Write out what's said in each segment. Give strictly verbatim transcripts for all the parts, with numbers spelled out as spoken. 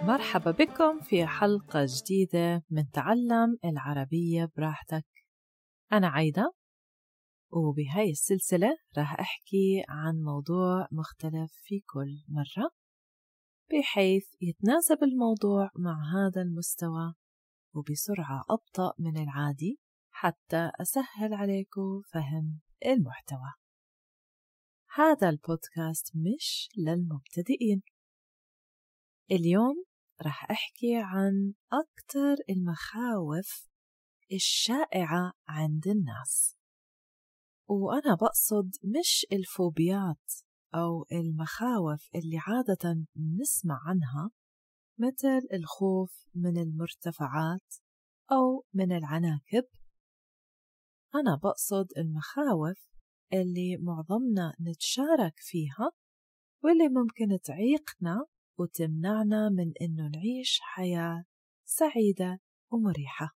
مرحبا بكم في حلقة جديدة من تعلم العربية براحتك. أنا عايدة، وبهاي السلسلة راح أحكي عن موضوع مختلف في كل مرة بحيث يتناسب الموضوع مع هذا المستوى وبسرعة أبطأ من العادي حتى أسهل عليكم فهم المحتوى. هذا البودكاست مش للمبتدئين. اليوم رح أحكي عن أكتر المخاوف الشائعة عند الناس، وأنا بقصد مش الفوبيات أو المخاوف اللي عادة نسمع عنها مثل الخوف من المرتفعات أو من العناكب. أنا بقصد المخاوف اللي معظمنا نتشارك فيها واللي ممكن تعيقنا وتمنعنا من إنه نعيش حياة سعيدة ومريحة.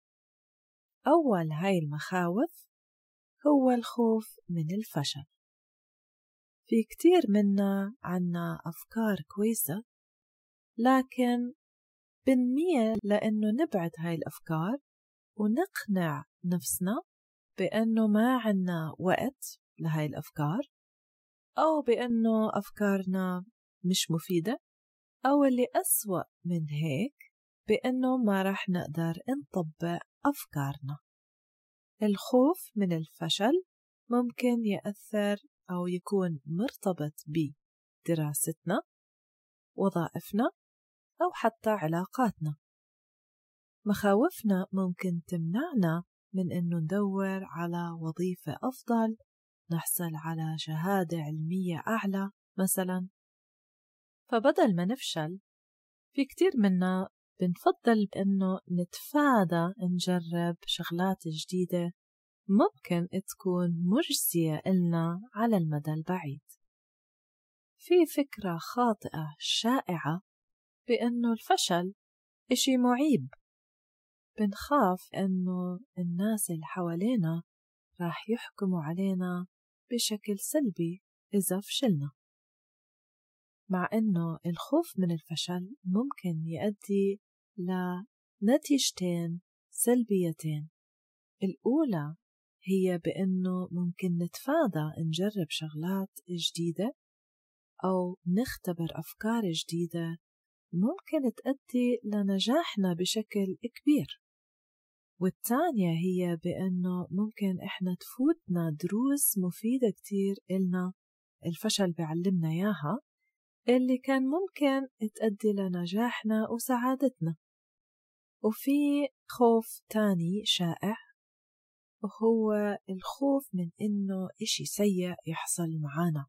أول هاي المخاوف هو الخوف من الفشل. في كتير منا عنا أفكار كويسة، لكن بنميل لأنه نبعد هاي الأفكار ونقنع نفسنا بأنه ما عنا وقت لهاي الأفكار، أو بأنه أفكارنا مش مفيدة، أو اللي أسوأ من هيك بأنه ما رح نقدر نطبق أفكارنا. الخوف من الفشل ممكن يأثر أو يكون مرتبط بدراستنا، وظائفنا، أو حتى علاقاتنا. مخاوفنا ممكن تمنعنا من إنه ندور على وظيفة أفضل، نحصل على شهادة علمية أعلى مثلاً. فبدل ما نفشل، في كتير منا بنفضل إنه نتفادى نجرب شغلات جديدة ممكن تكون مجزية إلنا على المدى البعيد. في فكرة خاطئة شائعة بأنه الفشل إشي معيب. بنخاف إنه الناس اللي حوالينا راح يحكموا علينا بشكل سلبي إذا فشلنا، مع إنه الخوف من الفشل ممكن يؤدي لنتيجتين سلبيتين. الأولى هي بأنه ممكن نتفادى نجرب شغلات جديدة أو نختبر أفكار جديدة ممكن تؤدي لنجاحنا بشكل كبير. والثانية هي بأنه ممكن إحنا تفوتنا دروس مفيدة كتير إلنا الفشل بيعلمنا إياها، اللي كان ممكن تؤدي لنجاحنا وسعادتنا. وفي خوف تاني شائع، وهو الخوف من إنه إشي سيء يحصل معانا.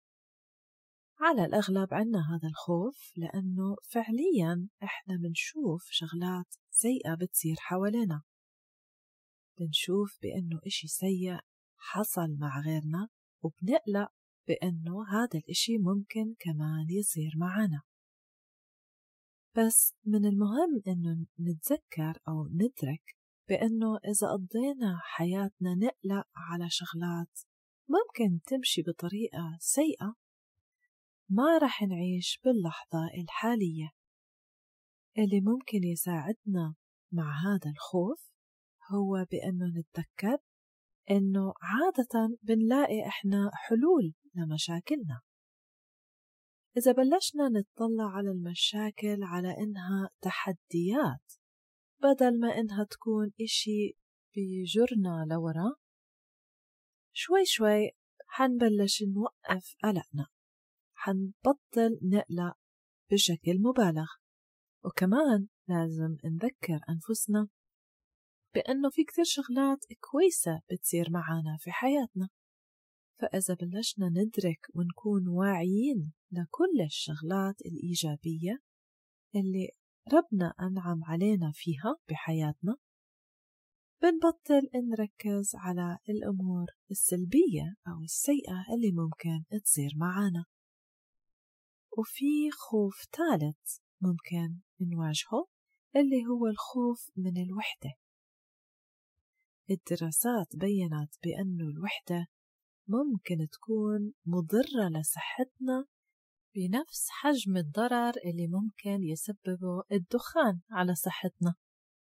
على الأغلب عنا هذا الخوف لأنه فعلياً إحنا بنشوف شغلات سيئة بتصير حوالينا، بنشوف بأنه إشي سيء حصل مع غيرنا وبنقلق بأنه هذا الإشي ممكن كمان يصير معنا. بس من المهم أنه نتذكر أو ندرك بأنه إذا قضينا حياتنا نقلق على شغلات ممكن تمشي بطريقة سيئة، ما رح نعيش باللحظة الحالية. اللي ممكن يساعدنا مع هذا الخوف هو بأنه نتذكر أنه عادة بنلاقي إحنا حلول لمشاكلنا. إذا بلشنا نتطلع على المشاكل على إنها تحديات بدل ما إنها تكون إشي بيجرنا لورا، شوي شوي حنبلش نوقف قلقنا، حنبطل نقلق بشكل مبالغ. وكمان لازم نذكر أنفسنا بأنه في كتير شغلات كويسة بتصير معانا في حياتنا. فإذا بلشنا ندرك ونكون واعيين لكل الشغلات الإيجابية اللي ربنا أنعم علينا فيها بحياتنا، بنبطل نركز على الأمور السلبية أو السيئة اللي ممكن تصير معانا. وفي خوف ثالث ممكن نواجهه، اللي هو الخوف من الوحدة. الدراسات بيّنت بأنه الوحدة ممكن تكون مضرة لصحتنا بنفس حجم الضرر اللي ممكن يسببه الدخان على صحتنا.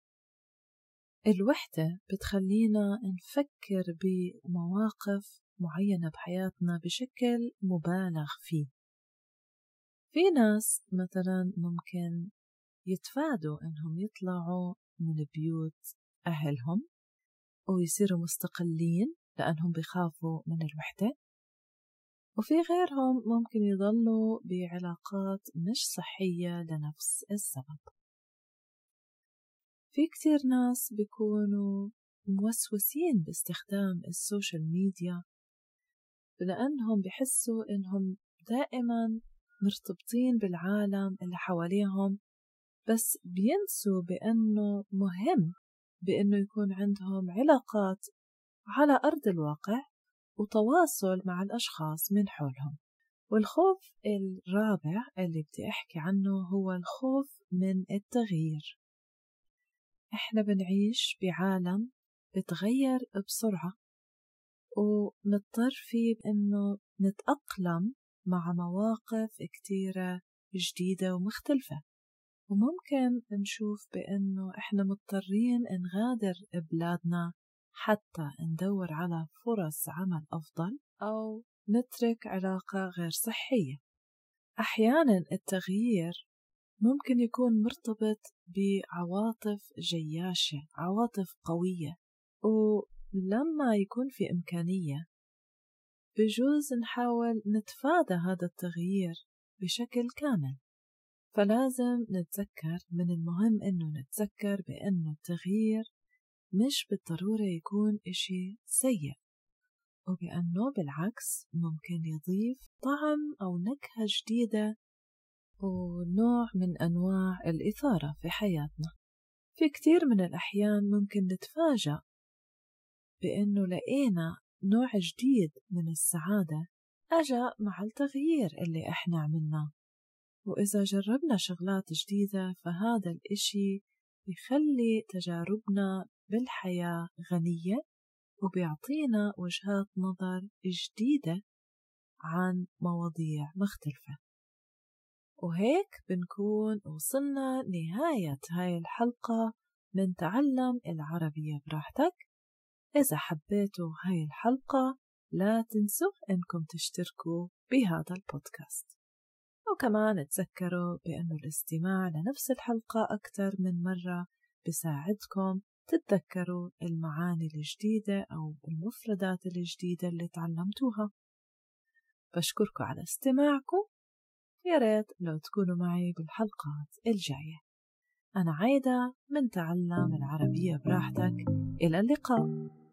الوحدة بتخلينا نفكر بمواقف معينة بحياتنا بشكل مبالغ فيه. في ناس مثلا ممكن يتفادوا إنهم يطلعوا من بيوت أهلهم ويصيروا مستقلين لأنهم بيخافوا من الوحدة، وفي غيرهم ممكن يضلوا بعلاقات مش صحية لنفس السبب. في كتير ناس بيكونوا موسوسين باستخدام السوشيال ميديا لأنهم بحسوا إنهم دائما مرتبطين بالعالم اللي حواليهم، بس بينسوا بأنه مهم بأنه يكون عندهم علاقات على أرض الواقع وتواصل مع الأشخاص من حولهم. والخوف الرابع اللي بدي أحكي عنه هو الخوف من التغيير. إحنا بنعيش بعالم بتغير بسرعة ونضطر فيه بأنه نتأقلم مع مواقف كتيرة جديدة ومختلفة، وممكن نشوف بأنه إحنا مضطرين نغادر بلادنا حتى ندور على فرص عمل أفضل أو نترك علاقة غير صحية. أحيانا التغيير ممكن يكون مرتبط بعواطف جياشة، عواطف قوية، ولما يكون في إمكانية بجوز نحاول نتفادى هذا التغيير بشكل كامل. فلازم نتذكر، من المهم إنه نتذكر بأنه التغيير مش بالضرورة يكون إشي سيء، وبأنه بالعكس ممكن يضيف طعم أو نكهة جديدة ونوع من أنواع الإثارة في حياتنا. في كتير من الأحيان ممكن نتفاجأ بأنه لقينا نوع جديد من السعادة أجا مع التغيير اللي إحنا عملناه. وإذا جربنا شغلات جديدة فهذا الإشي بيخلي تجاربنا بالحياة غنية وبيعطينا وجهات نظر جديدة عن مواضيع مختلفة. وهيك بنكون وصلنا نهاية هاي الحلقة من تعلم العربية براحتك. إذا حبيتوا هاي الحلقة لا تنسوا إنكم تشتركوا بهذا البودكاست، وكمان تذكروا بأنه الاستماع لنفس الحلقة أكثر من مرة بساعدكم تتذكروا المعاني الجديدة أو المفردات الجديدة اللي تعلمتوها. بشكركم على استماعكم، يا ريت لو تكونوا معي بالحلقات الجاية. أنا عايدة من تعلم العربية براحتك، إلى اللقاء.